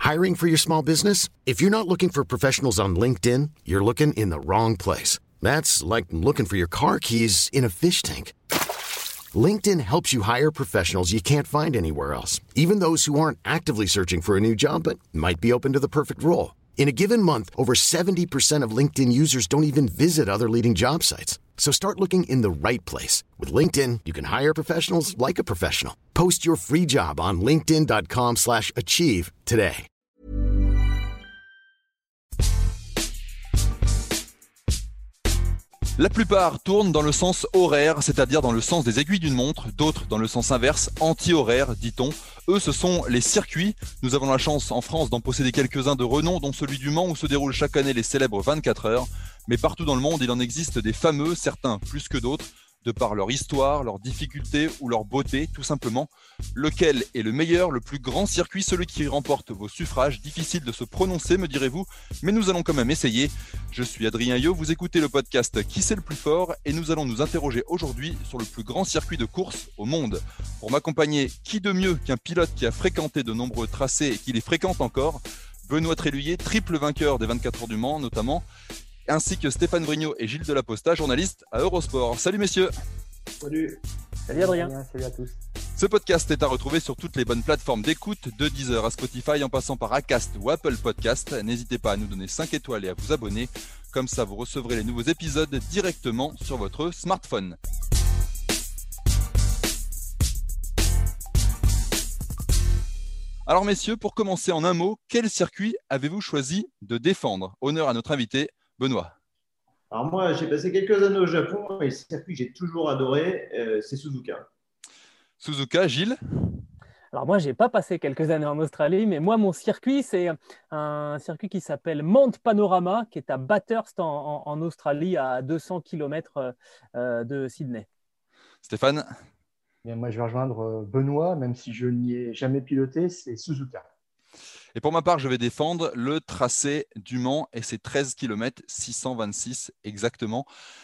Hiring for your small business? If you're not looking for professionals on LinkedIn, you're looking in the wrong place. That's like looking for your car keys in a fish tank. LinkedIn helps you hire professionals you can't find anywhere else, even those who aren't actively searching for a new job but might be open to the perfect role. In a given month, over 70% of LinkedIn users don't even visit other leading job sites. So start looking in the right place. With LinkedIn, you can hire professionals like a professional. Post your free job on linkedin.com/achieve today. La plupart tournent dans le sens horaire, c'est-à-dire dans le sens des aiguilles d'une montre, d'autres dans le sens inverse, anti-horaire, dit-on. Eux, ce sont les circuits. Nous avons la chance en France d'en posséder quelques-uns de renom, dont celui du Mans où se déroulent chaque année les célèbres 24 heures. Mais partout dans le monde, il en existe des fameux, certains plus que d'autres, de par leur histoire, leur difficulté ou leur beauté, tout simplement. Lequel est le meilleur, le plus grand circuit, celui qui remporte vos suffrages? Difficile de se prononcer, me direz-vous, mais nous allons quand même essayer. Je suis Adrien Yo, vous écoutez le podcast Qui c'est le plus fort et nous allons nous interroger aujourd'hui sur le plus grand circuit de course au monde. Pour m'accompagner, qui de mieux qu'un pilote qui a fréquenté de nombreux tracés et qui les fréquente encore? Benoît Tréluyer, triple vainqueur des 24 heures du Mans notamment, ainsi que Stéphane Vrignot et Gilles Delaposta, journalistes à Eurosport. Salut messieurs. Salut. Salut Adrien. Salut à tous. Ce podcast est à retrouver sur toutes les bonnes plateformes d'écoute, de Deezer à Spotify en passant par Acast ou Apple Podcast. N'hésitez pas à nous donner 5 étoiles et à vous abonner. Comme ça, vous recevrez les nouveaux épisodes directement sur votre smartphone. Alors messieurs, pour commencer en un mot, quel circuit avez-vous choisi de défendre? Honneur à notre invité, Benoît. Alors moi, j'ai passé quelques années au Japon et le circuit que j'ai toujours adoré, c'est Suzuka. Suzuka, Gilles? Alors moi, je n'ai pas passé quelques années en Australie, mais moi, mon circuit, c'est un circuit qui s'appelle Mount Panorama, qui est à Bathurst en Australie, à 200 km de Sydney. Stéphane? Bien, moi, je vais rejoindre Benoît, même si je n'y ai jamais piloté, c'est Suzuka. Et pour ma part, je vais défendre le tracé du Mans et ses 13 km, 626 exactement.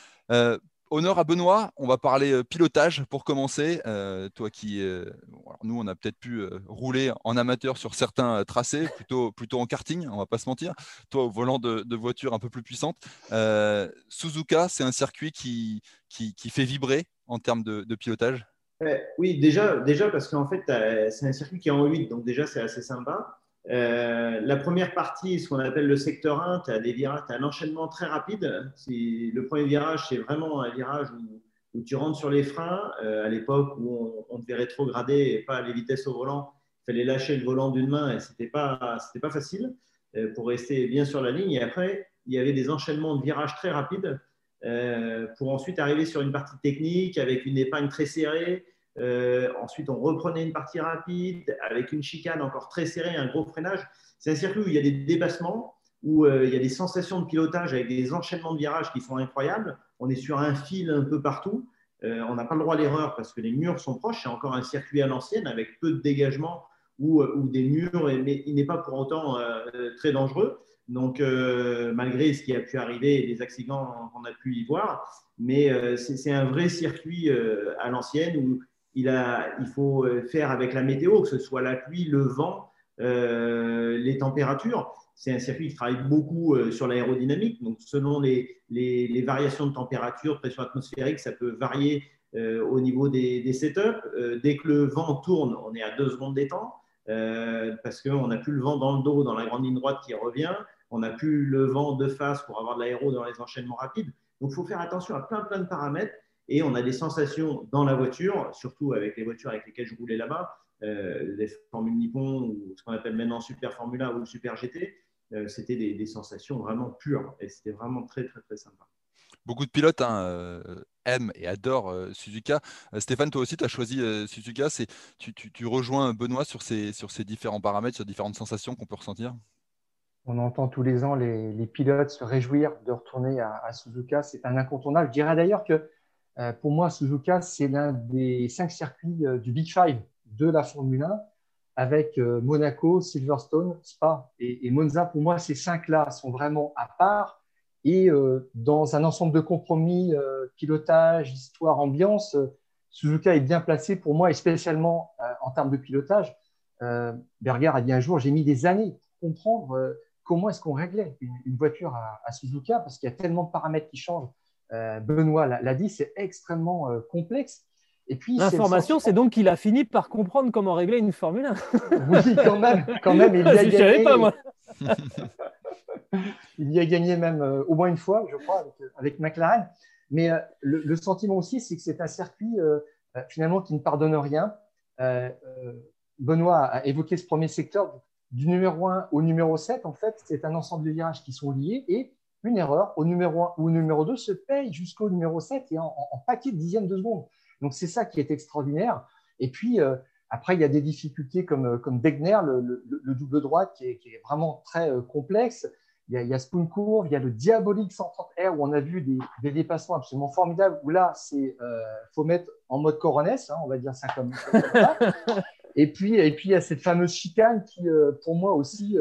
Honneur à Benoît, on va parler pilotage pour commencer. Toi qui, alors nous, on a peut-être pu rouler en amateur sur certains tracés, plutôt en karting, on va pas se mentir. Toi, au volant de voiture un peu plus puissante. Suzuka, c'est un circuit qui fait vibrer en termes de pilotage. Oui, déjà parce qu'en fait, c'est un circuit qui est en 8, donc déjà, c'est assez sympa. La première partie, ce qu'on appelle le secteur 1, tu as des virages, tu as un enchaînement très rapide. Le premier virage, c'est vraiment un virage où tu rentres sur les freins. À l'époque où on devait rétrograder et pas les vitesses au volant, il fallait lâcher le volant d'une main et c'était pas facile pour rester bien sur la ligne. Et après, il y avait des enchaînements de virages très rapides pour ensuite arriver sur une partie technique avec une épingle très serrée. Ensuite, on reprenait une partie rapide avec une chicane encore très serrée, un gros freinage. C'est un circuit où il y a des dépassements, où il y a des sensations de pilotage avec des enchaînements de virages qui sont incroyables. On est sur un fil un peu partout. On n'a pas le droit à l'erreur parce que les murs sont proches. C'est encore un circuit à l'ancienne avec peu de dégagement ou des murs, mais il n'est pas pour autant très dangereux. Donc, malgré ce qui a pu arriver et les accidents qu'on a pu y voir, mais c'est un vrai circuit à l'ancienne où il faut faire avec la météo, que ce soit la pluie, le vent, les températures. C'est un circuit qui travaille beaucoup sur l'aérodynamique. Donc, selon les variations de température, pression atmosphérique, ça peut varier au niveau des setups. Dès que le vent tourne, on est à 2 secondes des temps parce qu'on n'a plus le vent dans le dos, dans la grande ligne droite qui revient. On n'a plus le vent de face pour avoir de l'aéro dans les enchaînements rapides. Donc, il faut faire attention à plein de paramètres. Et on a des sensations dans la voiture, surtout avec les voitures avec lesquelles je roulais là-bas, les Formule Nippon ou ce qu'on appelle maintenant Super Formula ou Super GT. C'était des sensations vraiment pures et c'était vraiment très sympa. Beaucoup de pilotes aiment et adorent Suzuka. Stéphane, toi aussi, tu as choisi Suzuka. Tu rejoins Benoît sur ces différents paramètres, sur différentes sensations qu'on peut ressentir? On entend tous les ans les pilotes se réjouir de retourner à Suzuka. C'est un incontournable. Je dirais d'ailleurs que pour moi, Suzuka, c'est l'un des 5 circuits du Big Five de la Formule 1 avec Monaco, Silverstone, Spa et Monza. Pour moi, ces 5-là sont vraiment à part et dans un ensemble de compromis, pilotage, histoire, ambiance, Suzuka est bien placé pour moi et spécialement en termes de pilotage. Berger a dit un jour, j'ai mis des années pour comprendre comment est-ce qu'on réglait une voiture à Suzuka, parce qu'il y a tellement de paramètres qui changent. Benoît l'a dit, c'est extrêmement complexe. Et puis, l'information, c'est donc qu'il a fini par comprendre comment régler une Formule 1. Oui, quand même, il y a Je ne savais pas, moi. Il y a gagné même au moins une fois, je crois, avec McLaren. Mais le sentiment aussi, c'est que c'est un circuit finalement qui ne pardonne rien. Benoît a évoqué ce premier secteur. Du numéro 1 au numéro 7, en fait, c'est un ensemble de virages qui sont liés et une erreur au numéro 1 ou au numéro 2 se paye jusqu'au numéro 7 et en paquet de dixièmes de seconde. Donc, c'est ça qui est extraordinaire. Et puis, après, il y a des difficultés comme Degner, le double droite, qui est vraiment très complexe. Il y a Spoon Curve, il y a le diabolique 130R où on a vu des dépassements absolument formidables, où là, il faut mettre en mode coronesse, on va dire ça comme ça. Et puis, il y a cette fameuse chicane qui, pour moi aussi,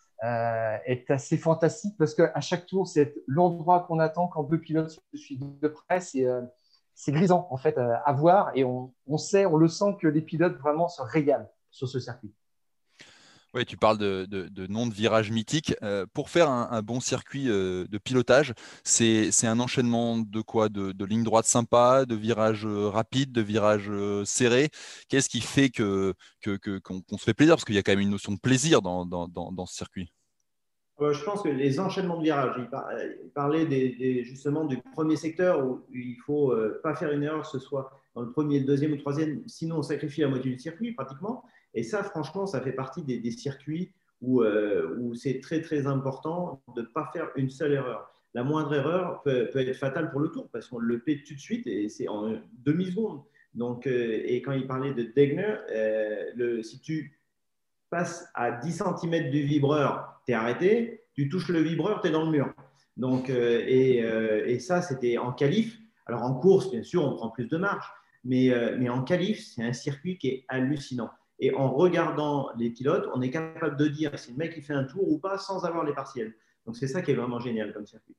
est assez fantastique parce qu'à chaque tour, c'est l'endroit qu'on attend quand deux pilotes se suivent de près. C'est grisant, en fait, à voir. Et on le sent que les pilotes vraiment se régalent sur ce circuit. Oui, tu parles de noms de virages mythiques. Pour faire un bon circuit de pilotage, c'est un enchaînement de quoi? De lignes droites sympas, de virages rapides, de virages serrés. Qu'est-ce qui fait qu'on se fait plaisir? Parce qu'il y a quand même une notion de plaisir dans ce circuit. Je pense que les enchaînements de virages, il parlait justement du premier secteur où il ne faut pas faire une erreur, que ce soit dans le premier, le deuxième ou le troisième, sinon on sacrifie la moitié du circuit pratiquement. Et ça, franchement, ça fait partie des circuits où c'est très, très important de ne pas faire une seule erreur. La moindre erreur peut être fatale pour le tour parce qu'on le paie tout de suite et c'est en demi-seconde. Donc, et quand il parlait de Degner, si tu passes à 10 cm du vibreur, tu es arrêté, tu touches le vibreur, tu es dans le mur. Donc, et ça, c'était en qualif. Alors en course, bien sûr, on prend plus de marge, mais en qualif, c'est un circuit qui est hallucinant. Et en regardant les pilotes, on est capable de dire si le mec il fait un tour ou pas sans avoir les partiels. Donc c'est ça qui est vraiment génial comme circuit.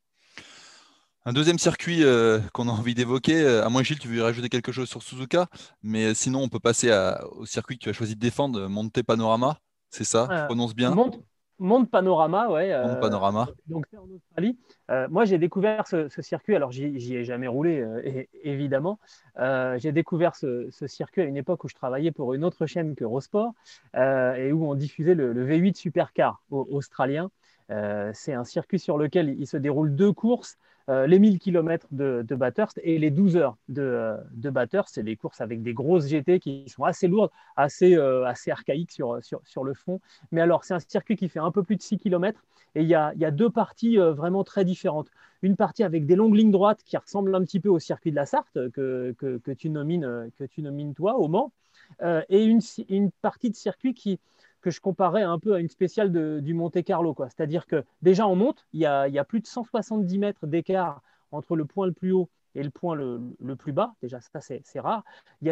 Un deuxième circuit qu'on a envie d'évoquer, à moins Gilles, tu veux rajouter quelque chose sur Suzuka, mais sinon on peut passer au circuit que tu as choisi de défendre, Monte Panorama, c'est ça? Je prononce bien? Monte Panorama, ouais. Monte Panorama. Donc c'est en Australie. Moi j'ai découvert ce circuit, alors j'y ai jamais roulé évidemment. J'ai découvert ce circuit à une époque où je travaillais pour une autre chaîne que Eurosport et où on diffusait le V8 Supercar australien. C'est un circuit sur lequel il se déroule deux courses, les 1000 km de Bathurst et les 12 heures de Bathurst. C'est des courses avec des grosses GT qui sont assez lourdes, assez archaïques sur le fond. Mais alors, c'est un circuit qui fait un peu plus de 6 km et il y a deux parties vraiment très différentes. Une partie avec des longues lignes droites qui ressemblent un petit peu au circuit de la Sarthe que tu nomines toi au Mans, et une partie de circuit que je comparais un peu à une spéciale du Monte-Carlo, quoi. C'est-à-dire que déjà on monte, il y a plus de 170 mètres d'écart entre le point le plus haut et le point le plus bas. Déjà, ça, c'est rare. Il y a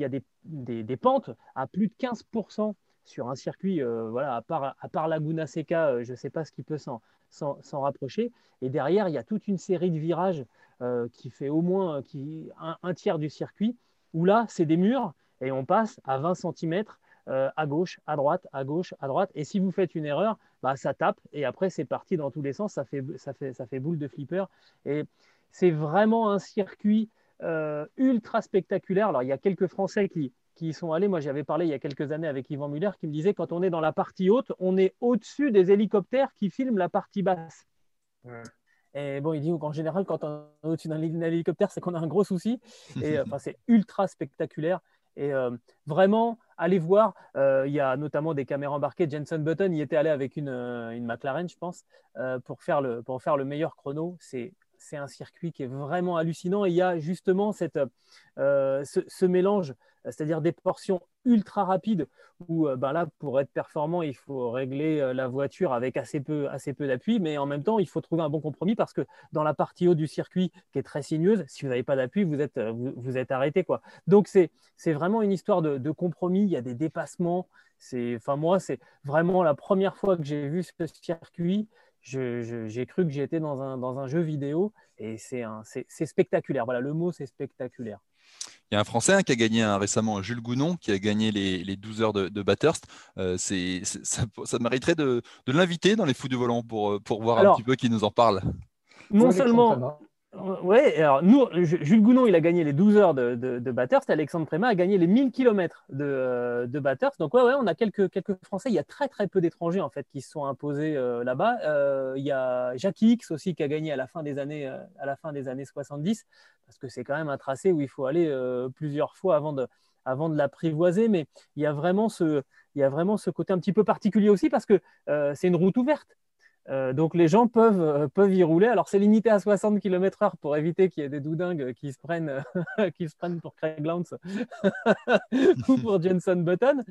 des pentes à plus de 15% sur un circuit, voilà, à part Laguna Seca, je ne sais pas ce qui peut s'en rapprocher. Et derrière, il y a toute une série de virages qui fait au moins un tiers du circuit, où là, c'est des murs et on passe à 20 cm à gauche, à droite, à gauche, à droite. Et si vous faites une erreur, bah, ça tape et après c'est parti dans tous les sens, ça fait boule de flipper. Et c'est vraiment un circuit ultra spectaculaire. Alors il y a quelques Français qui y sont allés. Moi j'avais parlé il y a quelques années avec Yvan Muller qui me disait quand on est dans la partie haute, on est au-dessus des hélicoptères qui filment la partie basse. Ouais. Et bon, il dit qu'en général, quand on est au-dessus d'un hélicoptère, c'est qu'on a un gros souci. Et c'est ultra spectaculaire. Et vraiment, allez voir. Il y a notamment des caméras embarquées. Jenson Button y était allé avec une McLaren, je pense, pour faire le meilleur chrono. C'est un circuit qui est vraiment hallucinant. Et il y a justement ce mélange, c'est-à-dire des portions ultra rapides où là, pour être performant, il faut régler la voiture avec assez peu d'appui, mais en même temps, il faut trouver un bon compromis parce que dans la partie haute du circuit, qui est très sinueuse, si vous n'avez pas d'appui, vous êtes arrêté, quoi. Donc, c'est vraiment une histoire de compromis. Il y a des dépassements. Moi, c'est vraiment la première fois que j'ai vu ce circuit. J'ai cru que j'étais dans un jeu vidéo et c'est spectaculaire. Voilà, le mot, c'est spectaculaire. Il y a un Français qui a gagné récemment, Jules Gounon, qui a gagné les 12 heures de Bathurst. Ça mériterait de l'inviter dans les fous du volant pour voir un petit Alors, peu qui nous en parle. Ou non Alexandre seulement, Prémat. ouais, alors nous, Jules Gounon, il a gagné les 12 heures de Bathurst, et Alexandre Prémat a gagné les 1000 km de Bathurst. Donc, ouais, on a quelques Français. Il y a très, très peu d'étrangers, en fait, qui se sont imposés là-bas. Il y a Jacques X aussi qui a gagné à la fin des années 70, parce que c'est quand même un tracé où il faut aller plusieurs fois avant de l'apprivoiser. Mais il y a vraiment ce côté un petit peu particulier aussi, parce que c'est une route ouverte. Donc les gens peuvent y rouler. Alors c'est limité à 60 km/h pour éviter qu'il y ait des doudingues qui se prennent, qui se prennent pour Craig Lowndes ou pour Jenson Button.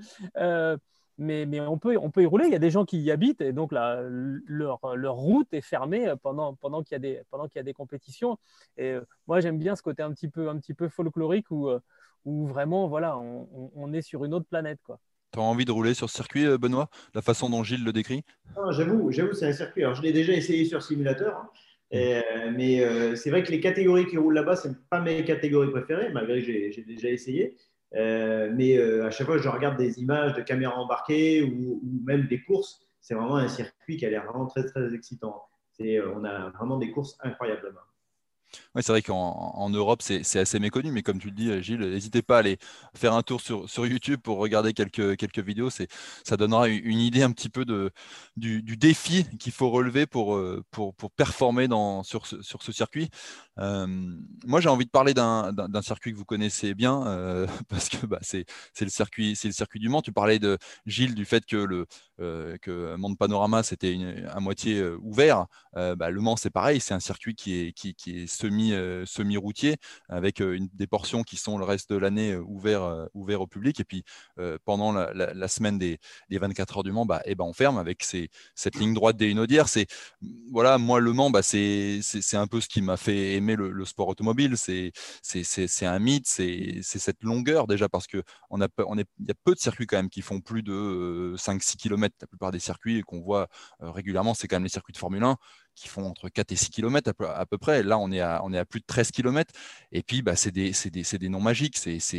Mais on peut y rouler. Il y a des gens qui y habitent et donc leur route est fermée pendant qu'il y a des compétitions. Et moi j'aime bien ce côté un petit peu folklorique où vraiment voilà, on est sur une autre planète, quoi. Tu as envie de rouler sur ce circuit, Benoît, la façon dont Gilles le décrit? Non, j'avoue, c'est un circuit. Alors, je l'ai déjà essayé sur simulateur, hein. Mais c'est vrai que les catégories qui roulent là-bas, ce n'est pas mes catégories préférées, malgré que j'ai déjà essayé. Mais à chaque fois, je regarde des images de caméras embarquées ou même des courses. C'est vraiment un circuit qui a l'air vraiment très, très excitant. On a vraiment des courses incroyables là-bas. Oui, c'est vrai qu'en Europe, c'est assez méconnu, mais comme tu le dis, Gilles, n'hésitez pas à aller faire un tour sur YouTube pour regarder quelques vidéos. Ça donnera une idée un petit peu du défi qu'il faut relever pour performer sur ce circuit. Euh, Moi, j'ai envie de parler d'un circuit que vous connaissez bien, parce que c'est le circuit du Mans. Tu parlais de Gilles, du fait que Mont Panorama, c'était à moitié ouvert. Le Mans, c'est pareil, c'est un circuit qui est semi-routier, avec des portions qui sont le reste de l'année ouvert au public. Et puis, pendant la semaine des 24 heures du Mans, on ferme avec cette ligne droite des Hunaudières. Voilà, moi, le Mans, c'est un peu ce qui m'a fait aimer le sport automobile. C'est un mythe, c'est cette longueur déjà, parce qu'il y a peu de circuits quand même qui font plus de 5-6 km. La plupart des circuits qu'on voit régulièrement, c'est quand même les circuits de Formule 1 qui font entre 4 et 6 km à peu près. Là, on est à plus de 13 km. Et puis, c'est des noms magiques.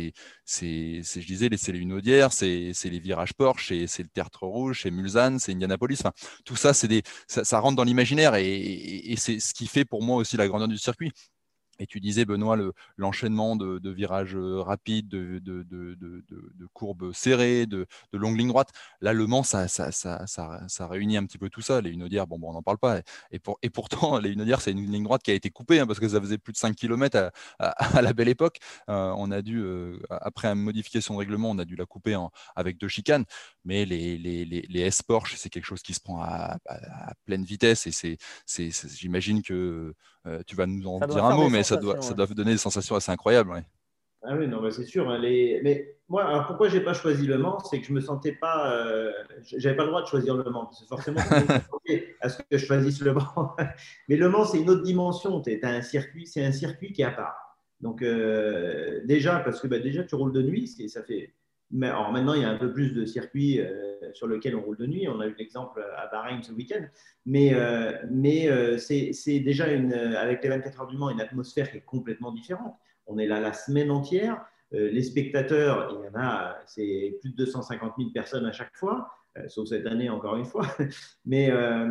Je disais, c'est les Hunaudières, c'est les virages Porsche, c'est le Tertre Rouge, c'est Mulsanne, c'est Indianapolis. Enfin, tout ça, ça rentre dans l'imaginaire et c'est ce qui fait pour moi aussi la grandeur du circuit. Et tu disais, Benoît, l'enchaînement de virages rapides, de courbes serrées, de longues lignes droites. Là, Le Mans, ça réunit un petit peu tout ça. Les Hunaudières, on n'en parle pas. Et pourtant, les Hunaudières, c'est une ligne droite qui a été coupée, parce que ça faisait plus de 5 km à la belle époque. On a dû, après une modification de règlement, on a dû la couper avec 2 chicanes. Mais les S-Porsche, c'est quelque chose qui se prend à pleine vitesse. Et j'imagine que tu vas nous en dire un mot, mais ça doit donner des sensations assez incroyables. Ouais. Ah oui, non, c'est sûr, hein, mais moi, alors pourquoi je n'ai pas choisi Le Mans, c'est que je me sentais pas, j'avais pas le droit de choisir Le Mans, parce que forcément, à ce que je choisisse Le Mans. Mais Le Mans, c'est une autre dimension. C'est un circuit qui est à part. Donc déjà, parce que déjà tu roules de nuit, ça fait. Mais alors maintenant, il y a un peu plus de circuits sur lesquels on roule de nuit. On a eu l'exemple à Bahreïn ce week-end. Mais c'est déjà avec les 24 heures du Mans, une atmosphère qui est complètement différente. On est là la semaine entière. Les spectateurs, il y en a, c'est plus de 250 000 personnes à chaque fois, sauf cette année encore une fois. Mais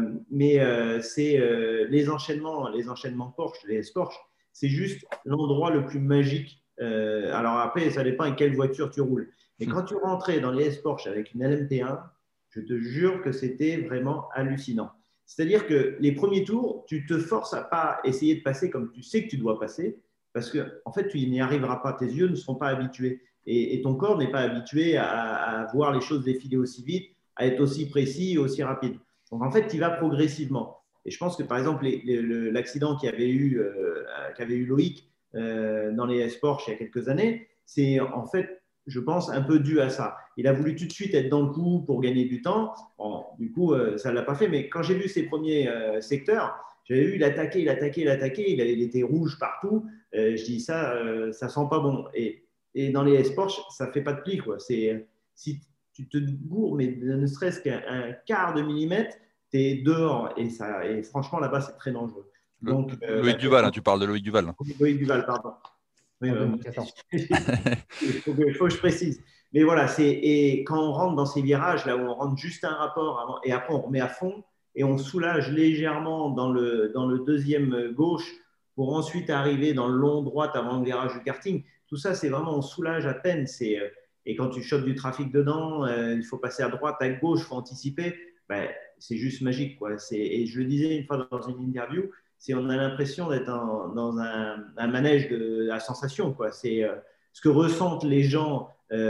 c'est les enchaînements Porsche, les S-Porsche, c'est juste l'endroit le plus magique. Alors après, ça dépend avec quelle voiture tu roules. Mais quand tu rentrais dans les S-Porsche avec une LMT1, je te jure que c'était vraiment hallucinant. C'est-à-dire que les premiers tours, tu te forces à pas essayer de passer comme tu sais que tu dois passer, parce que en fait, tu n'y arriveras pas. Tes yeux ne seront pas habitués et ton corps n'est pas habitué à voir les choses défiler aussi vite, à être aussi précis et aussi rapide. Donc en fait, tu y vas progressivement. Et je pense que par exemple, l'accident qu'avait eu Loïc dans les S-Porsche il y a quelques années, c'est en fait, je pense, un peu dû à ça. Il a voulu tout de suite être dans le coup pour gagner du temps. Bon, du coup, ça ne l'a pas fait. Mais quand j'ai vu ses premiers secteurs, j'avais vu, il attaquait, il était rouge partout. Je dis, ça sent pas bon. Et dans les S-Porsche, ça ne fait pas de pli, quoi. Si tu te gourres, mais ne serait-ce qu'un quart de millimètre, tu es dehors. Et franchement, là-bas, c'est très dangereux. Donc, Loïc Duval, tu parles de Loïc Duval. Loïc Duval, pardon. Oui, en bah, 2014. il faut que je précise. Mais voilà, et quand on rentre dans ces virages, là où on rentre juste un rapport avant, et après on remet à fond et on soulage légèrement dans le deuxième gauche pour ensuite arriver dans le long droite avant le virage du karting. Tout ça, c'est vraiment, on soulage à peine. Et quand tu chopes du trafic dedans, il faut passer à droite, à gauche, il faut anticiper. Ben, c'est juste magique, quoi. Et je le disais une fois dans une interview, on a l'impression d'être dans un manège à sensation, quoi. C'est ce que ressentent les gens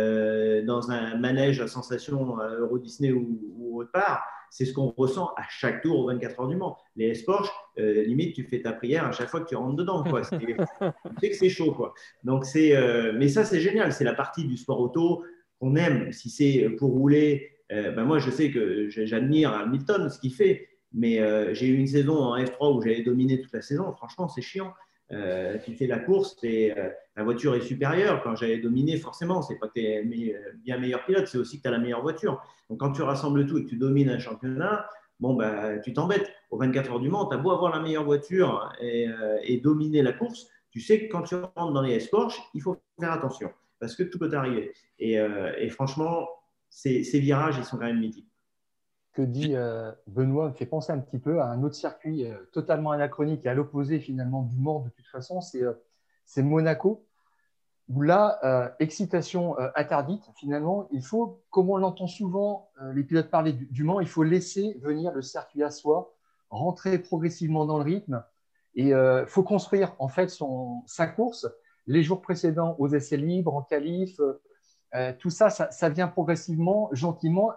dans un manège à sensation Euro Disney ou autre part, c'est ce qu'on ressent à chaque tour aux 24 heures du Mans. Les S-Porsche, limite, tu fais ta prière à chaque fois que tu rentres dedans, quoi. Tu sais que c'est chaud, quoi. Donc, mais ça, c'est génial. C'est la partie du sport auto qu'on aime. Si c'est pour rouler, ben moi, je sais que j'admire Hamilton, ce qu'il fait. Mais j'ai eu une saison en F3 où j'avais dominé toute la saison. Franchement, c'est chiant. Tu fais la course et la voiture est supérieure. Quand j'avais dominé, forcément, c'est pas que tu es bien meilleur pilote, c'est aussi que tu as la meilleure voiture. Donc, quand tu rassembles tout et que tu domines un championnat, bon, bah, tu t'embêtes. Aux 24 heures du Mans, tu as beau avoir la meilleure voiture et dominer la course, tu sais que quand tu rentres dans les S-Porsche, il faut faire attention parce que tout peut arriver. Et franchement, ces virages, ils sont quand même mythiques. Que dit Benoît me fait penser un petit peu à un autre circuit totalement anachronique et à l'opposé finalement du Mans de toute façon, c'est Monaco, où là, excitation interdite finalement, il faut, comme on l'entend souvent, les pilotes parler du Mans, il faut laisser venir le circuit à soi, rentrer progressivement dans le rythme et il faut construire en fait sa course les jours précédents aux essais libres, en qualif, tout ça, ça vient progressivement, gentiment.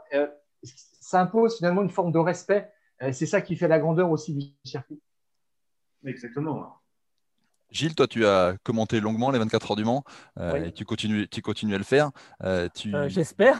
Ça impose finalement une forme de respect. C'est ça qui fait la grandeur aussi du circuit. Exactement. Gilles, toi, tu as commenté longuement les 24 heures du Mans Oui. et tu continues à le faire. J'espère.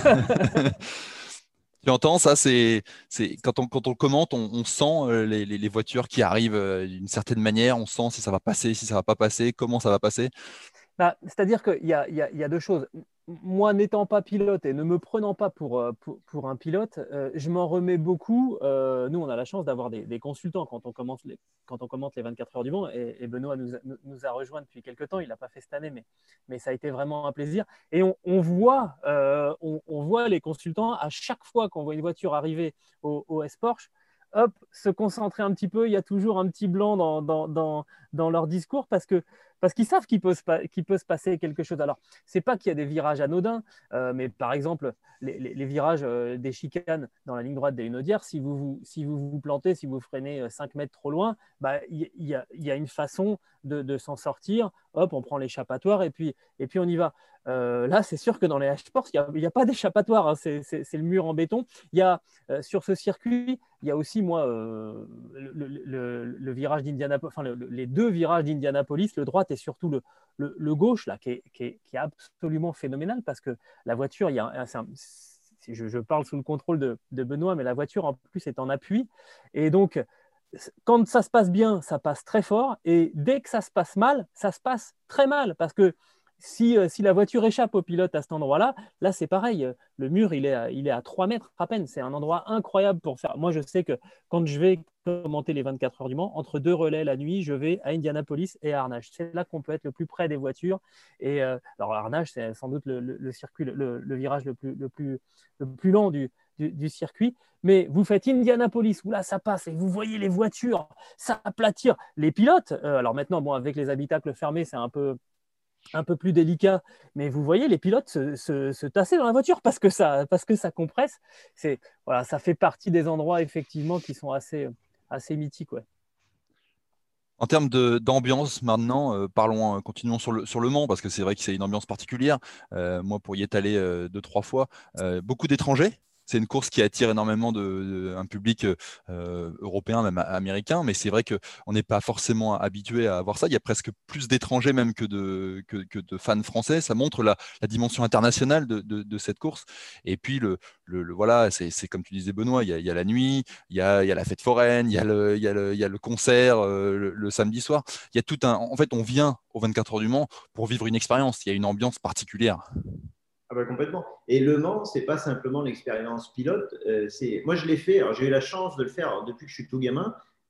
Tu entends ça, quand on commente, on sent les voitures qui arrivent d'une certaine manière, on sent si ça va passer, si ça va pas passer, comment ça va passer. Bah, c'est-à-dire qu'il y a deux choses. Moi, n'étant pas pilote et ne me prenant pas pour un pilote, je m'en remets beaucoup. Nous, on a la chance d'avoir des consultants quand on commente les 24 heures du Mans. Et Benoît nous a rejoints depuis quelques temps. Il l'a pas fait cette année, mais ça a été vraiment un plaisir. Et on voit les consultants à chaque fois qu'on voit une voiture arriver au S-Porsche, hop, se concentrer un petit peu. Il y a toujours un petit blanc dans leur discours parce qu'ils savent qu'il peut se passer quelque chose. Alors, c'est pas qu'il y a des virages anodins, mais par exemple, les virages des chicanes dans la ligne droite des Hunaudières, si vous plantez, si vous freinez 5 mètres trop loin, bah, y a une façon de s'en sortir. Hop, on prend l'échappatoire et puis on y va. Là, c'est sûr que dans les H-Sports, il n'y a pas d'échappatoire, hein, c'est le mur en béton. Il y a, sur ce circuit, il y a aussi, moi, le virage d'Indianapolis, enfin, les deux virages d'Indianapolis, le droite et surtout le gauche, là, qui est absolument phénoménal parce que la voiture, je parle sous le contrôle de Benoît, mais la voiture, en plus, est en appui. Et donc, quand ça se passe bien, ça passe très fort. Et dès que ça se passe mal, ça se passe très mal parce que si la voiture échappe au pilote à cet endroit-là, là c'est pareil, le mur il est à 3 mètres à peine, c'est un endroit incroyable pour faire. Moi je sais que quand je vais commenter les 24 heures du Mans, entre deux relais la nuit, je vais à Indianapolis et à Arnage. C'est là qu'on peut être le plus près des voitures. Et alors Arnage c'est sans doute le circuit, le virage le plus lent du circuit. Mais vous faites Indianapolis où là ça passe et vous voyez les voitures s'aplatir. Les pilotes, alors maintenant bon, avec les habitacles fermés c'est un peu plus délicat, mais vous voyez les pilotes se tasser dans la voiture parce que ça compresse. Voilà, ça fait partie des endroits effectivement qui sont assez mythiques. Ouais. En termes d'ambiance maintenant, continuons sur le Mans parce que c'est vrai que c'est une ambiance particulière. Moi, pour y être allé 2, 3 fois, beaucoup d'étrangers. C'est une course qui attire énormément un public européen, même américain, mais c'est vrai qu'on n'est pas forcément habitué à voir ça. Il y a presque plus d'étrangers même que de fans français. Ça montre la dimension internationale de cette course. Et puis, voilà, c'est comme tu disais, Benoît, il y a la nuit, il y a la fête foraine, il y a le concert le samedi soir. Il y a en fait, on vient aux 24 heures du Mans pour vivre une expérience. Il y a une ambiance particulière. Ah bah complètement. Et Le Mans, c'est pas simplement l'expérience pilote. Moi, je l'ai fait. Alors, j'ai eu la chance de le faire depuis que je suis tout gamin.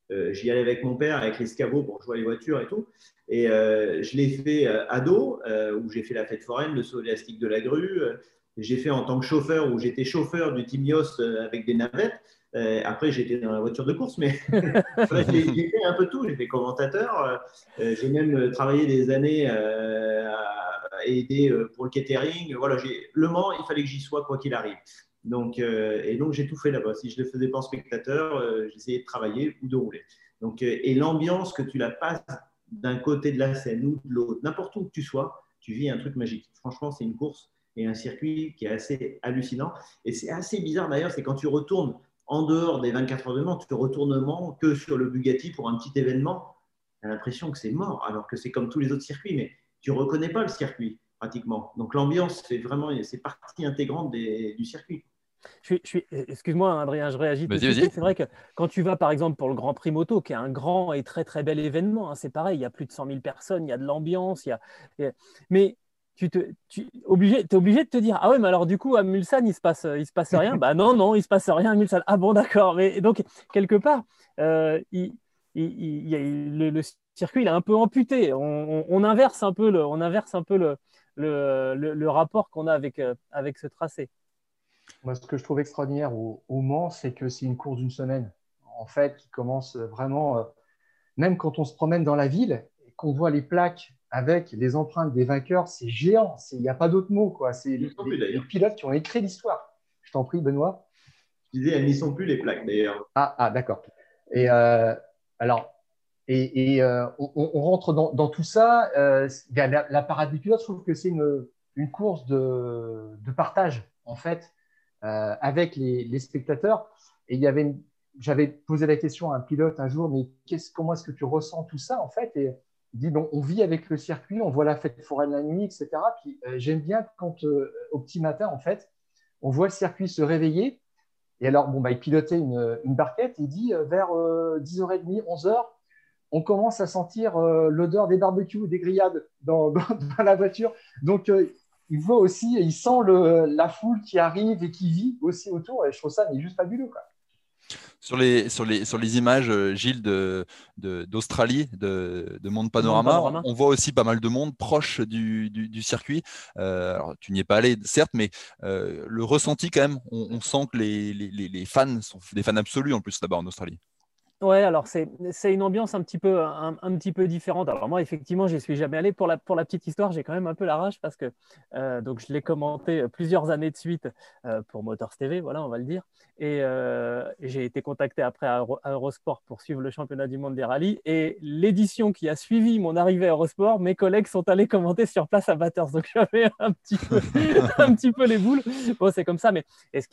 J'y allais avec mon père, avec l'escabeau pour jouer à les voitures et tout. Et je l'ai fait ado, où j'ai fait la fête foraine, le saut élastique de la grue. J'ai fait en tant que chauffeur, où j'étais chauffeur du Team Yost avec des navettes. Après, j'étais dans la voiture de course, mais j'ai fait un peu tout. J'ai fait commentateur. J'ai même travaillé des années à aider pour le catering. Voilà, Le Mans, il fallait que j'y sois quoi qu'il arrive. Donc, j'ai tout fait là-bas. Si je ne le faisais pas en spectateur, j'essayais de travailler ou de rouler. Donc, et l'ambiance que tu la passes d'un côté de la Seine ou de l'autre, n'importe où que tu sois, tu vis un truc magique. Franchement, c'est une course et un circuit qui est assez hallucinant. Et c'est assez bizarre d'ailleurs, c'est quand tu retournes en dehors des 24 heures de Mans, tu retournes Mans que sur le Bugatti pour un petit événement, tu as l'impression que c'est mort, alors que c'est comme tous les autres circuits, mais tu ne reconnais pas le circuit pratiquement. Donc l'ambiance, c'est partie intégrante du circuit. Excuse-moi, Adrien, je réagis tout de suite. C'est vrai que quand tu vas, par exemple, pour le Grand Prix Moto, qui est un grand et très, très bel événement, hein, c'est pareil, il y a plus de 100 000 personnes, il y a de l'ambiance, mais tu es obligé de te dire, ah ouais, mais alors du coup, à Mulsanne, il se passe rien. Bah non, il se passe rien à Mulsanne. Ah bon, d'accord. Mais donc, quelque part, le circuit, il est un peu amputé. On inverse un peu le rapport qu'on a avec ce tracé. Moi, ce que je trouve extraordinaire au Mans, c'est que c'est une course d'une semaine, en fait, qui commence vraiment, même quand on se promène dans la ville et qu'on voit les plaques avec les empreintes des vainqueurs, c'est géant, il n'y a pas d'autre mot, quoi. C'est les pilotes qui ont écrit l'histoire. Je t'en prie, Benoît. Je disais, elles n'y sont plus, les plaques, d'ailleurs. Ah d'accord. Et alors, on rentre dans tout ça. La parade des pilotes, je trouve que c'est une course de partage, en fait, avec les spectateurs. Et j'avais posé la question à un pilote un jour, mais comment est-ce que tu ressens tout ça, en fait? Et il dit, bon, on vit avec le circuit, on voit la fête foraine la nuit, etc. Puis j'aime bien quand, au petit matin, en fait, on voit le circuit se réveiller. Et alors, il pilotait une barquette. Il dit, vers 10h30, 11h, on commence à sentir l'odeur des barbecues, des grillades dans la voiture. Donc, il voit aussi, il sent la foule qui arrive et qui vit aussi autour. Et je trouve ça juste fabuleux, quoi. Sur les images, Gilles, d'Australie, de Monde Panorama, on voit aussi pas mal de monde proche du circuit. Alors, tu n'y es pas allé, certes, mais le ressenti quand même, on sent que les fans sont des fans absolus en plus là-bas en Australie. Ouais, alors c'est une ambiance un petit peu différente. Alors moi, effectivement, j'y suis jamais allé. Pour la petite histoire, j'ai quand même un peu la rage parce que donc je l'ai commenté plusieurs années de suite pour Motors TV, voilà, on va le dire. Et j'ai été contacté après à Eurosport pour suivre le championnat du monde des rallyes. Et l'édition qui a suivi mon arrivée à Eurosport, mes collègues sont allés commenter sur place à Bathurst. Donc j'avais un petit peu les boules. Bon, c'est comme ça, mais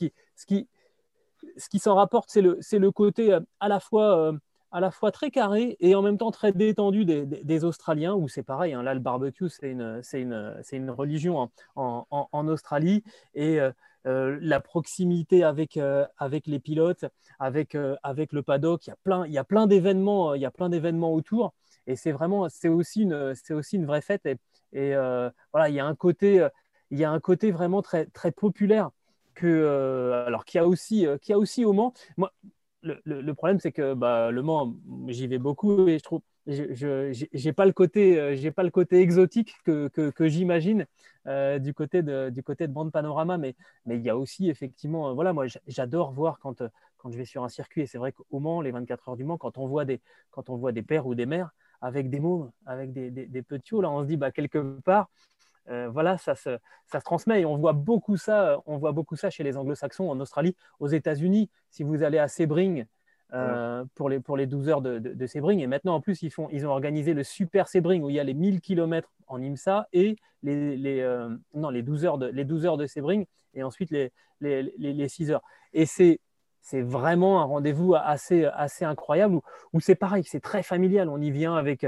ce qui s'en rapporte, c'est le côté à la fois très carré et en même temps très détendu des Australiens, où c'est pareil, hein, là le barbecue c'est une religion en Australie, et la proximité avec les pilotes, avec le paddock, il y a plein d'événements autour, et c'est aussi une vraie fête, et voilà, il y a un côté vraiment très, très populaire alors qu'il y a aussi au Mans. Moi, le problème, c'est que le Mans, j'y vais beaucoup et je trouve j'ai pas le côté exotique que j'imagine du côté de Monde Panorama, mais il y a aussi effectivement, voilà, moi j'adore voir quand je vais sur un circuit, et c'est vrai qu'au Mans, les 24 heures du Mans, quand on voit des pères ou des mères avec des mômes, avec des petits, là on se dit quelque part, voilà, ça se transmet, et on voit beaucoup ça chez les Anglo-Saxons, en Australie, aux États-Unis. Si vous allez à Sebring pour les 12 heures de Sebring, et maintenant en plus ils ont organisé le Super Sebring où il y a les 1000 km en IMSA et les 12 heures de Sebring, et ensuite les 6 heures. Et c'est vraiment un rendez-vous assez incroyable où c'est pareil, c'est très familial. On y vient avec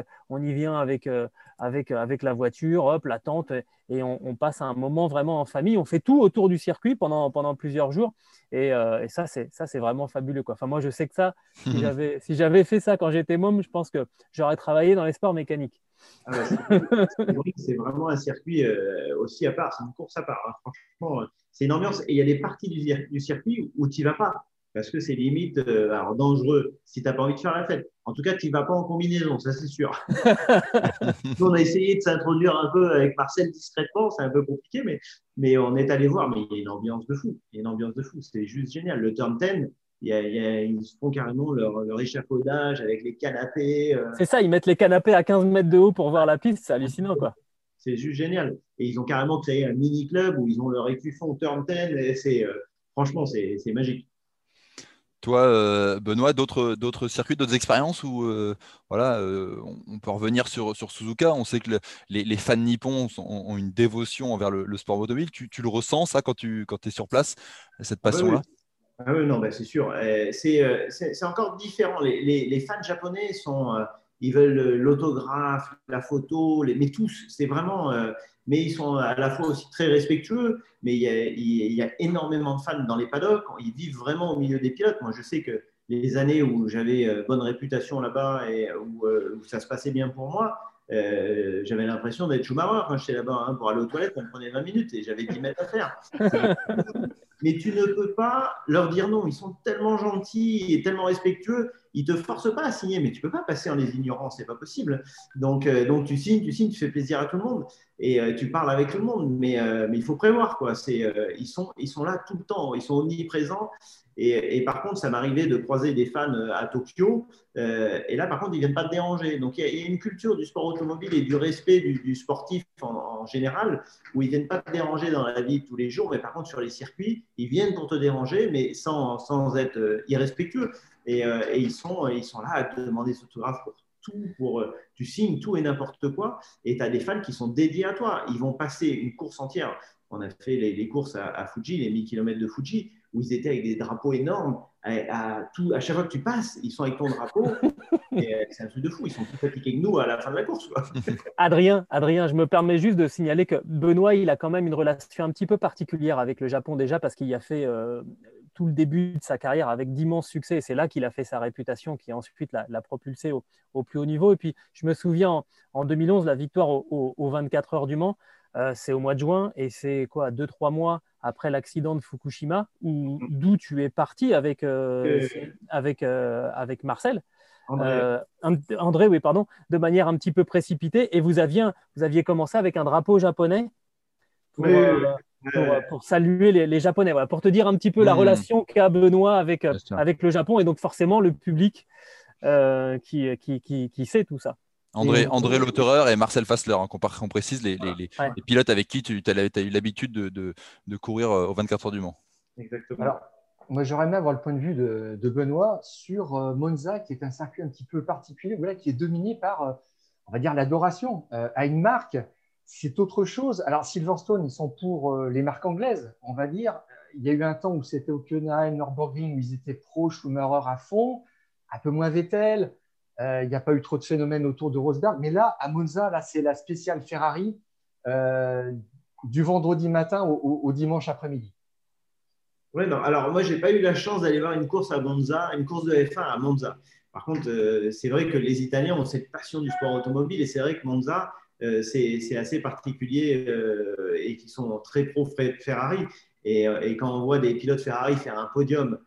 la voiture, hop, la tente, et on passe un moment vraiment en famille. On fait tout autour du circuit pendant plusieurs jours, et ça c'est vraiment fabuleux, quoi. Enfin, moi je sais que ça, si j'avais fait ça quand j'étais môme, je pense que j'aurais travaillé dans les sports mécaniques. C'est vraiment un circuit aussi à part, c'est une course à part, hein. Franchement, c'est une ambiance, et il y a des parties du circuit où tu n'y vas pas. parce que c'est limite alors dangereux si tu n'as pas envie de faire la fête. En tout cas, tu ne vas pas en combinaison, ça c'est sûr. Nous, on a essayé de s'introduire un peu avec Marcel discrètement, c'est un peu compliqué, mais on est allé voir, mais il y a une ambiance de fou. Il y a une ambiance de fou, c'est juste génial. Le turn 10, ils font carrément leur échafaudage avec les canapés. C'est ça, ils mettent les canapés à 15 mètres de haut pour voir la piste, c'est hallucinant, quoi. C'est juste génial. Et ils ont carrément créé un mini-club où ils ont leur écuffon turn 10, et franchement, c'est magique. Toi, Benoît, d'autres circuits, d'autres expériences où voilà, on peut revenir sur Suzuka. On sait que les fans nippons ont une dévotion envers le sport automobile. Tu le ressens, ça, quand tu es sur place, cette Ah bah oui. passion-là? Ah oui, non, bah c'est sûr. C'est encore différent. Les fans japonais ils veulent l'autographe, la photo, mais tous, c'est vraiment. Mais ils sont à la fois aussi très respectueux, mais il y a énormément de fans dans les paddocks. Ils vivent vraiment au milieu des pilotes. Moi, je sais que les années où j'avais bonne réputation là-bas et où ça se passait bien pour moi, j'avais l'impression d'être Schumacher quand j'étais là-bas. Hein, pour aller aux toilettes, ça me prenait 20 minutes et j'avais 10 mètres à faire. Mais tu ne peux pas leur dire non. Ils sont tellement gentils et tellement respectueux. Ils ne te forcent pas à signer, mais tu ne peux pas passer en les ignorant, ce n'est pas possible. Donc tu signes, tu fais plaisir à tout le monde et tu parles avec tout le monde. Mais il faut prévoir, quoi. Ils sont là tout le temps, ils sont omniprésents. Et par contre, ça m'arrivait de croiser des fans à Tokyo. Et là, par contre, ils ne viennent pas te déranger. Donc, il y a une culture du sport automobile et du respect du sportif en général, où ils ne viennent pas te déranger dans la vie de tous les jours. Mais par contre, sur les circuits, ils viennent pour te déranger, mais sans être irrespectueux. Et ils sont là à te demander des autographes pour tout, tu signes tout et n'importe quoi. Et tu as des fans qui sont dédiés à toi. Ils vont passer une course entière. On a fait les courses à Fuji, les 1000 km de Fuji, où ils étaient avec des drapeaux énormes. À chaque fois que tu passes, ils sont avec ton drapeau. Et c'est un truc de fou. Ils sont plus fatigués que nous à la fin de la course, quoi. Adrien, je me permets juste de signaler que Benoît, il a quand même une relation un petit peu particulière avec le Japon déjà parce qu'il y a fait tout le début de sa carrière avec d'immenses succès. Et c'est là qu'il a fait sa réputation qui ensuite l'a propulsé au plus haut niveau. Et puis, je me souviens en 2011, la victoire aux 24 heures du Mans, c'est au mois de juin et c'est quoi, 2-3 mois après l'accident de Fukushima d'où tu es parti avec Marcel. André, oui, pardon, de manière un petit peu précipitée. Et vous aviez commencé avec un drapeau japonais pour saluer les Japonais. Voilà, pour te dire un petit peu la relation qu'a Benoît avec le Japon et donc forcément le public qui sait tout ça. André Lauterer et Marcel Fassler, hein, qu'on précise, les pilotes avec qui tu as eu l'habitude de courir aux 24 heures du Mans. Exactement. Alors, moi, j'aurais aimé avoir le point de vue de Benoît sur Monza, qui est un circuit un petit peu particulier, voilà, qui est dominé par, on va dire, l'adoration à une marque. C'est autre chose. Alors, Silverstone, ils sont pour les marques anglaises, on va dire. Il y a eu un temps où c'était Hockenheim, Nürburgring, où ils étaient pro Schumacher à fond, un peu moins Vettel. Il n'y a pas eu trop de phénomènes autour de Rosberg. Mais là, à Monza, là, c'est la spéciale Ferrari du vendredi matin au dimanche après-midi. Ouais, non. Alors, moi, je n'ai pas eu la chance d'aller voir une course à Monza, une course de F1 à Monza. Par contre, c'est vrai que les Italiens ont cette passion du sport automobile et c'est vrai que Monza, c'est assez particulier et qui sont très pro Ferrari. Et quand on voit des pilotes Ferrari faire un podium,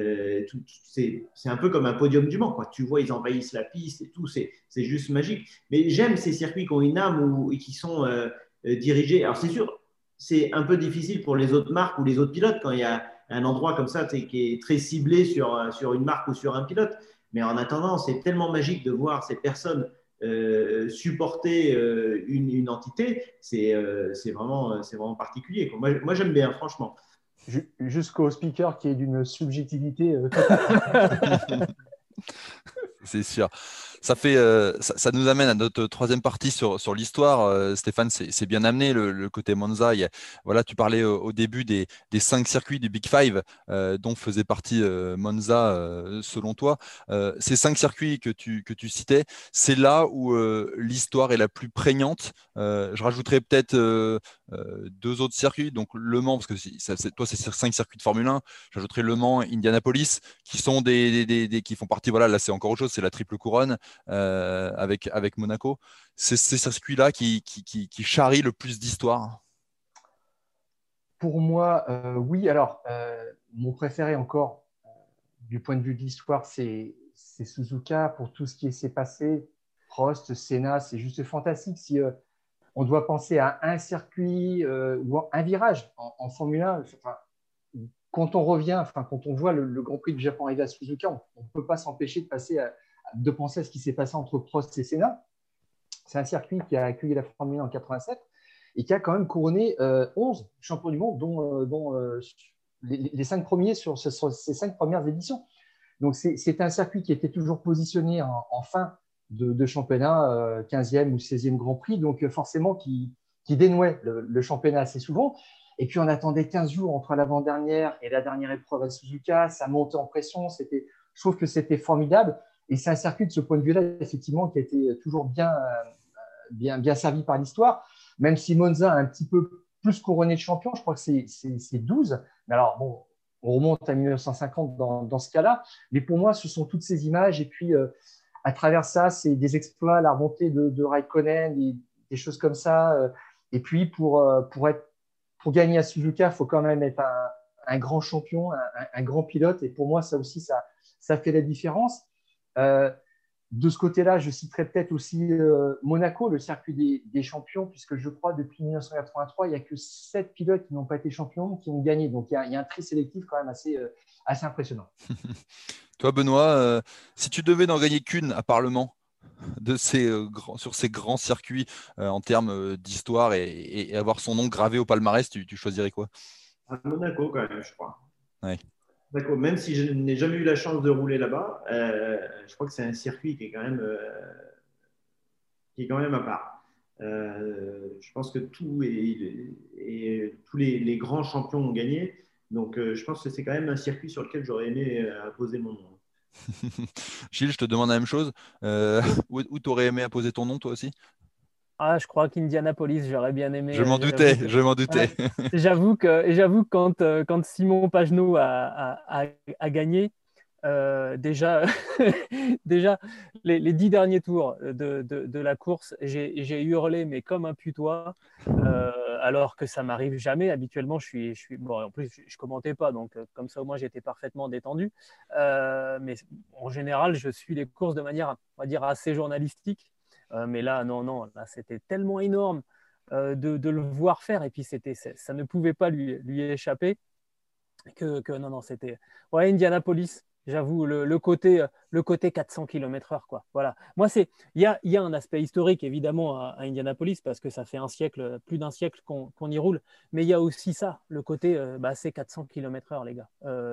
c'est un peu comme un podium du Mans, quoi. Tu vois, ils envahissent la piste et tout, c'est juste magique. Mais j'aime ces circuits qui ont une âme et qui sont dirigés. Alors, c'est sûr, c'est un peu difficile pour les autres marques ou les autres pilotes quand il y a un endroit comme ça qui est très ciblé sur une marque ou sur un pilote. Mais en attendant, c'est tellement magique de voir ces personnes supporter une entité. C'est vraiment particulier, quoi. Moi, j'aime bien, franchement. Jusqu'au speaker qui est d'une subjectivité totale. C'est sûr. Ça nous amène à notre troisième partie sur l'histoire. Stéphane, c'est bien amené le côté Monza. Voilà, tu parlais au début des 5 circuits du Big Five dont faisait partie Monza selon toi. Ces 5 circuits que tu citais, c'est là où l'histoire est la plus prégnante. Je rajouterais peut-être 2 autres circuits, donc Le Mans, parce que toi c'est 5 circuits de Formule 1. J'ajouterais Le Mans, Indianapolis, qui sont qui font partie. Voilà, là c'est encore autre chose, c'est la triple couronne. Avec Monaco, c'est ces circuits-là qui charrient le plus d'histoire. Pour moi, oui. Alors, mon préféré encore, du point de vue de l'histoire, c'est Suzuka. Pour tout ce qui s'est passé, Prost, Senna, c'est juste fantastique. Si on doit penser à un circuit ou un virage en Formule 1, enfin, quand on revient, quand on voit le Grand Prix du Japon arriver à Suzuka, on ne peut pas s'empêcher de penser à ce qui s'est passé entre Prost et Senna. C'est un circuit qui a accueilli la Formule 1 en 87 et qui a quand même couronné 11 champions du monde, dont les 5 premiers sur ces 5 premières éditions. Donc, c'est un circuit qui était toujours positionné en fin de championnat, 15e ou 16e Grand Prix, donc forcément qui dénouait le championnat assez souvent. Et puis, on attendait 15 jours entre l'avant-dernière et la dernière épreuve à Suzuka. Ça montait en pression. Je trouve que c'était formidable. Et c'est un circuit, de ce point de vue-là, effectivement, qui a été toujours bien servi par l'histoire. Même si Monza a un petit peu plus couronné de champion, je crois que c'est 12. Mais alors, bon, on remonte à 1950 dans ce cas-là. Mais pour moi, ce sont toutes ces images. Et puis, à travers ça, c'est des exploits, la remontée de Raikkonen, des choses comme ça. Et puis, pour gagner à Suzuka, il faut quand même être un grand champion, un grand pilote. Et pour moi, ça aussi, ça fait la différence. De ce côté-là, je citerai peut-être aussi Monaco, le circuit des champions, puisque je crois depuis 1983, il n'y a que 7 pilotes qui n'ont pas été champions qui ont gagné. Donc, il y a un tri sélectif quand même assez impressionnant. Toi, Benoît, si tu devais n'en gagner qu'une à Parlement sur ces grands circuits en termes d'histoire et avoir son nom gravé au palmarès, tu choisirais quoi? À Monaco, quand même, je crois. Ouais. D'accord. Même si je n'ai jamais eu la chance de rouler là-bas, je crois que c'est un circuit qui est quand même à part. Je pense que tous les grands champions ont gagné. Donc, je pense que c'est quand même un circuit sur lequel j'aurais aimé apposer mon nom. Gilles, je te demande la même chose. Où tu aurais aimé apposer ton nom, toi aussi? Ah, je crois qu'Indianapolis, j'aurais bien aimé. Je m'en doutais. Ouais, j'avoue que quand Simon Pagenaud a gagné, déjà, déjà les 10 derniers tours de la course, j'ai hurlé, mais comme un putois, alors que ça m'arrive jamais. Habituellement, je suis bon. En plus, je commentais pas, donc comme ça au moins j'étais parfaitement détendu. Mais en général, je suis les courses de manière, on va dire, assez journalistique. Mais là, non, là, c'était tellement énorme de le voir faire, et puis ça ne pouvait pas lui échapper que non, c'était Indianapolis. J'avoue, le côté 400 km/h, quoi. Voilà. Moi, il y a un aspect historique, évidemment, à Indianapolis, parce que ça fait plus d'un siècle qu'on y roule. Mais il y a aussi ça, le côté, c'est 400 km/h, les gars.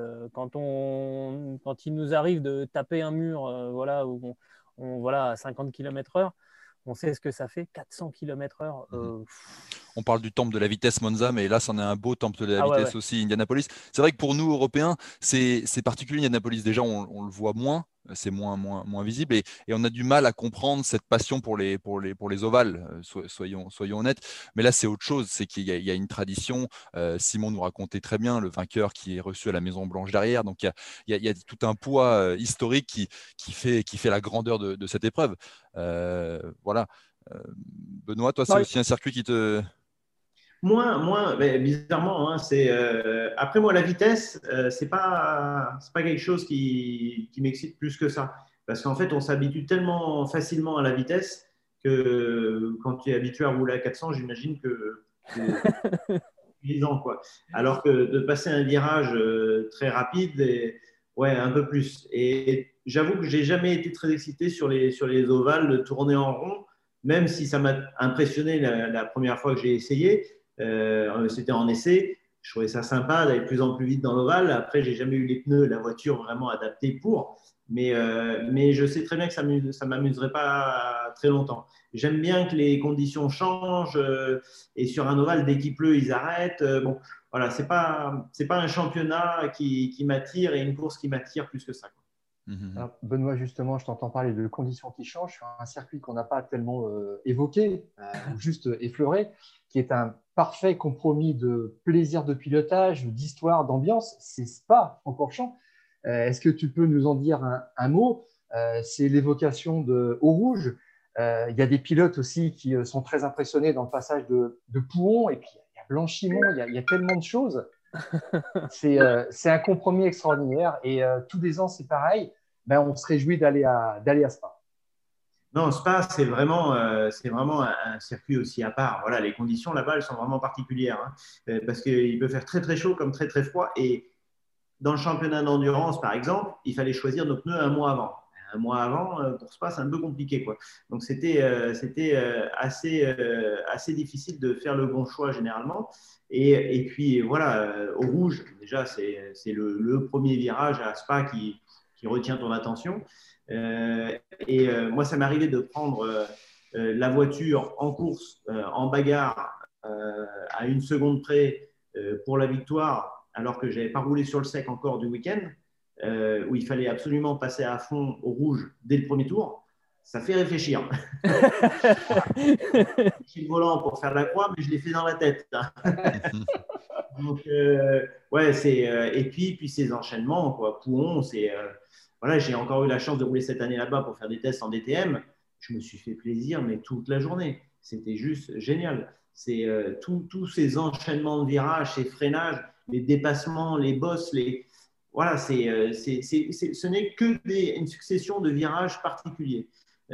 Quand il nous arrive de taper un mur, où à 50 km/h, on sait ce que ça fait, 400 km/h. On parle du temple de la vitesse Monza, mais là, c'en est un beau temple de la vitesse ouais. aussi, Indianapolis. C'est vrai que pour nous, Européens, c'est particulier, Indianapolis. Déjà, on le voit moins, c'est moins visible, et on a du mal à comprendre cette passion pour les ovales, soyons honnêtes. Mais là, c'est autre chose, c'est qu'il y a une tradition. Simon nous racontait très bien le vainqueur qui est reçu à la Maison Blanche derrière. Donc, il y a tout un poids historique qui fait la grandeur de cette épreuve. Voilà. Benoît, toi, c'est aussi un circuit qui te… Moins, mais bizarrement, hein, après moi la vitesse, c'est pas quelque chose qui m'excite plus que ça, parce qu'en fait on s'habitue tellement facilement à la vitesse que quand tu es habitué à rouler à 400, j'imagine que c'est suffisant, quoi. Alors que de passer un virage très rapide, un peu plus. Et j'avoue que j'ai jamais été très excité sur les ovales de tourner en rond, même si ça m'a impressionné la première fois que j'ai essayé. C'était en essai, je trouvais ça sympa d'aller de plus en plus vite dans l'ovale. Après, j'ai jamais eu les pneus, la voiture vraiment adaptée pour, mais je sais très bien que ça m'amuserait pas très longtemps. J'aime bien que les conditions changent, et sur un ovale, dès qu'il pleut, ils arrêtent. Bon, voilà, c'est pas un championnat qui m'attire, et une course qui m'attire plus que ça, quoi. Alors, Benoît, justement, je t'entends parler de conditions qui changent sur un circuit qu'on n'a pas tellement évoqué, ou juste effleuré, qui est un parfait compromis de plaisir de pilotage, d'histoire, d'ambiance. C'est Spa-Francorchamps. Est-ce que tu peux nous en dire un mot? C'est l'évocation de Eau-Rouge. Il y a des pilotes aussi qui sont très impressionnés dans le passage de Pouhon, et puis il y a Blanchimont, il y a tellement de choses. C'est un compromis extraordinaire et tous les ans, c'est pareil. Ben, on se réjouit d'aller à Spa. Non, Spa, c'est vraiment un circuit aussi à part. Voilà, les conditions là-bas, elles sont vraiment particulières, hein. Parce qu'il peut faire très très chaud comme très très froid. Et dans le championnat d'endurance, par exemple, il fallait choisir nos pneus un mois avant. Un mois avant, pour Spa, c'est un peu compliqué, quoi. Donc, c'était assez difficile de faire le bon choix généralement. Et puis, voilà, au rouge, déjà, c'est le premier virage à Spa qui retient ton attention. Moi, ça m'est arrivé de prendre la voiture en course, en bagarre, à une seconde près pour la victoire, alors que je n'avais pas roulé sur le sec encore du week-end, où il fallait absolument passer à fond au rouge dès le premier tour. Ça fait réfléchir. J'ai le volant pour faire la croix, mais je l'ai fait dans la tête. Donc, ouais, et puis ces enchaînements, quoi. Pouhon, voilà, j'ai encore eu la chance de rouler cette année là-bas pour faire des tests en DTM. Je me suis fait plaisir, mais toute la journée. C'était juste génial. C'est tous ces enchaînements de virages, ces freinages, les dépassements, les bosses, voilà, ce n'est que une succession de virages particuliers.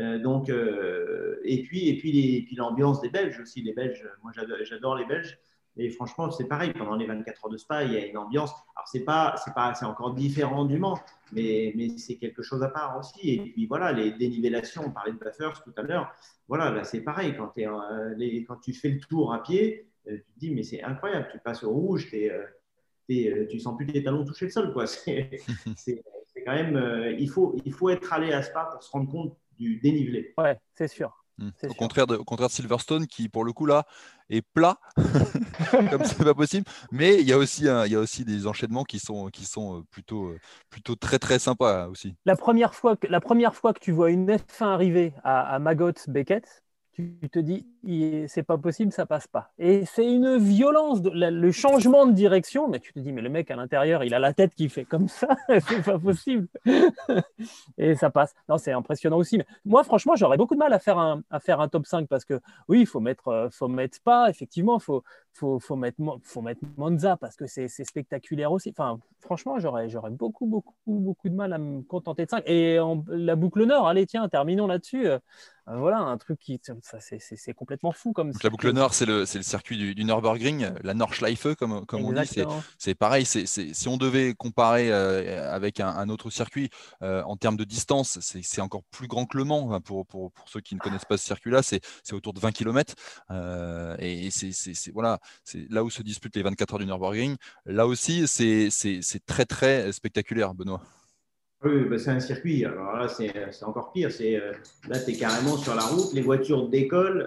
Et puis l'ambiance des Belges aussi. Les Belges, moi j'adore les Belges. Et franchement, c'est pareil, pendant les 24 heures de Spa, il y a une ambiance. Alors, c'est encore différent du Mans, mais c'est quelque chose à part aussi. Et puis voilà, les dénivellations, on parlait de Bathurst tout à l'heure. Voilà, là, c'est pareil, quand tu fais le tour à pied, tu te dis, mais c'est incroyable, tu passes au rouge, tu sens plus tes talons toucher le sol, quoi. C'est quand même, il faut être allé à Spa pour se rendre compte du dénivelé. Ouais, c'est sûr. Au contraire de Silverstone qui pour le coup là est plat comme c'est pas possible, mais il y a aussi des enchaînements qui sont plutôt très très sympas aussi. La première fois que tu vois une F1 arriver à Magot Beckett, tu te dis c'est pas possible, ça passe pas. Et c'est une violence, le changement de direction, mais tu te dis mais le mec à l'intérieur, il a la tête qui fait comme ça, c'est pas possible. Et ça passe. Non, c'est impressionnant aussi. Mais moi, franchement, j'aurais beaucoup de mal à faire un top 5 parce que oui, il faut mettre Spa, effectivement, faut mettre Monza parce que c'est spectaculaire aussi. Enfin, franchement, j'aurais beaucoup, beaucoup, beaucoup de mal à me contenter de 5. Et la boucle Nord, allez, tiens, terminons là-dessus. Voilà, un truc c'est complètement fou comme Donc la boucle Nord, c'est le circuit du Nürburgring, la Nordschleife, comme on dit. C'est pareil. Si on devait comparer avec un autre circuit en termes de distance, c'est encore plus grand que le Mans. Enfin, pour ceux qui ne connaissent pas ce circuit-là, c'est autour de 20 km. Et voilà, c'est là où se disputent les 24 heures du Nürburgring. Là aussi, c'est très, très spectaculaire, Benoît. Oui, bah c'est un circuit. Alors là, c'est encore pire. Là, tu es carrément sur la route, les voitures décollent.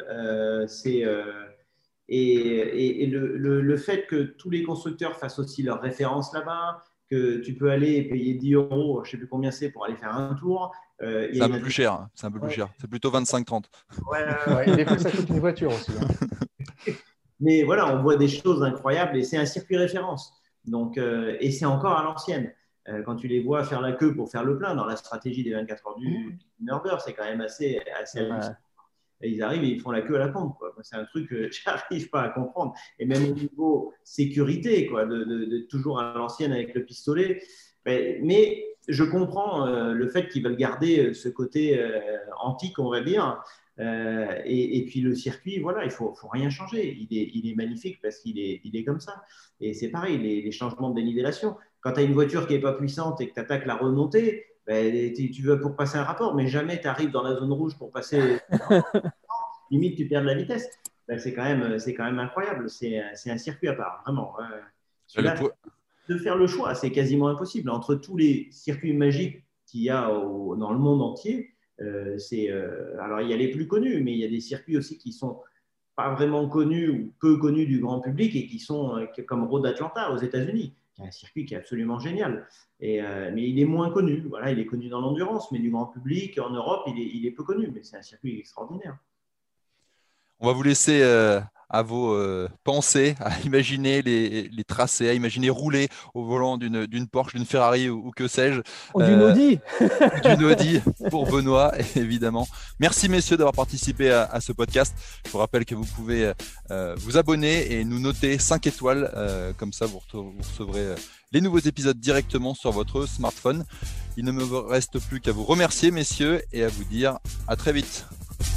Et le fait que tous les constructeurs fassent aussi leurs références là-bas, que tu peux aller payer 10 euros, je ne sais plus combien c'est, pour aller faire un tour. C'est un peu plus cher. Hein. C'est un peu plus cher. C'est plutôt 25-30. Ouais, des fois, ça coûte une voiture aussi. Hein. Mais voilà, on voit des choses incroyables et c'est un circuit référence. Donc, et c'est encore à l'ancienne. Quand tu les vois faire la queue pour faire le plein dans la stratégie des 24 heures du Nürburgring, c'est quand même assez hallucinant. Et ils arrivent et ils font la queue à la pompe, quoi. C'est un truc que j'arrive pas à comprendre. Et même au niveau sécurité, quoi, de toujours à l'ancienne avec le pistolet. Mais je comprends le fait qu'ils veulent garder ce côté antique, on va dire. Et puis le circuit, voilà, il faut rien changer. Il est magnifique parce qu'il est comme ça. Et c'est pareil, les changements de dénivellation. Quand tu as une voiture qui n'est pas puissante et que tu attaques la remontée, tu veux pour passer un rapport, mais jamais tu arrives dans la zone rouge pour passer. Limite, tu perds de la vitesse. C'est quand même incroyable. C'est un circuit à part, vraiment. De faire le choix, c'est quasiment impossible. Entre tous les circuits magiques qu'il y a dans le monde entier, alors il y a les plus connus, mais il y a des circuits aussi qui sont pas vraiment connus ou peu connus du grand public et qui sont comme Road Atlanta aux États-Unis, qui est un circuit qui est absolument génial. Mais il est moins connu. Voilà, il est connu dans l'endurance, mais du grand public en Europe, il est peu connu. Mais c'est un circuit extraordinaire. On va vous laisser à vos pensées, à imaginer les tracés, à imaginer rouler au volant d'une Porsche, d'une Ferrari ou que sais-je. Ou d'une Audi. Ou d'une Audi pour Benoît, évidemment. Merci messieurs d'avoir participé à ce podcast. Je vous rappelle que vous pouvez vous abonner et nous noter 5 étoiles. Comme ça, vous recevrez les nouveaux épisodes directement sur votre smartphone. Il ne me reste plus qu'à vous remercier messieurs et à vous dire à très vite.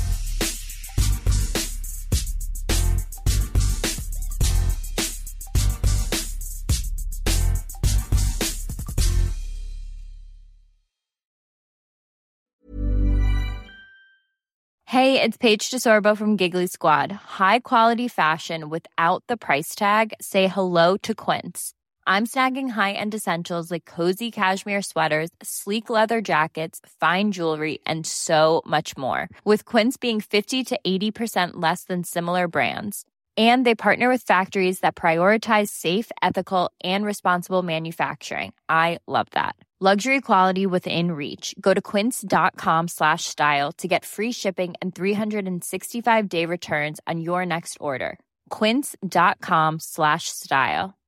Hey, it's Paige DeSorbo from Giggly Squad. High quality fashion without the price tag. Say hello to Quince. I'm snagging high-end essentials like cozy cashmere sweaters, sleek leather jackets, fine jewelry, and so much more. With Quince being 50 to 80% less than similar brands. And they partner with factories that prioritize safe, ethical, and responsible manufacturing. I love that. Luxury quality within reach. Go to quince.com/style to get free shipping and 365-day returns on your next order. Quince.com/style.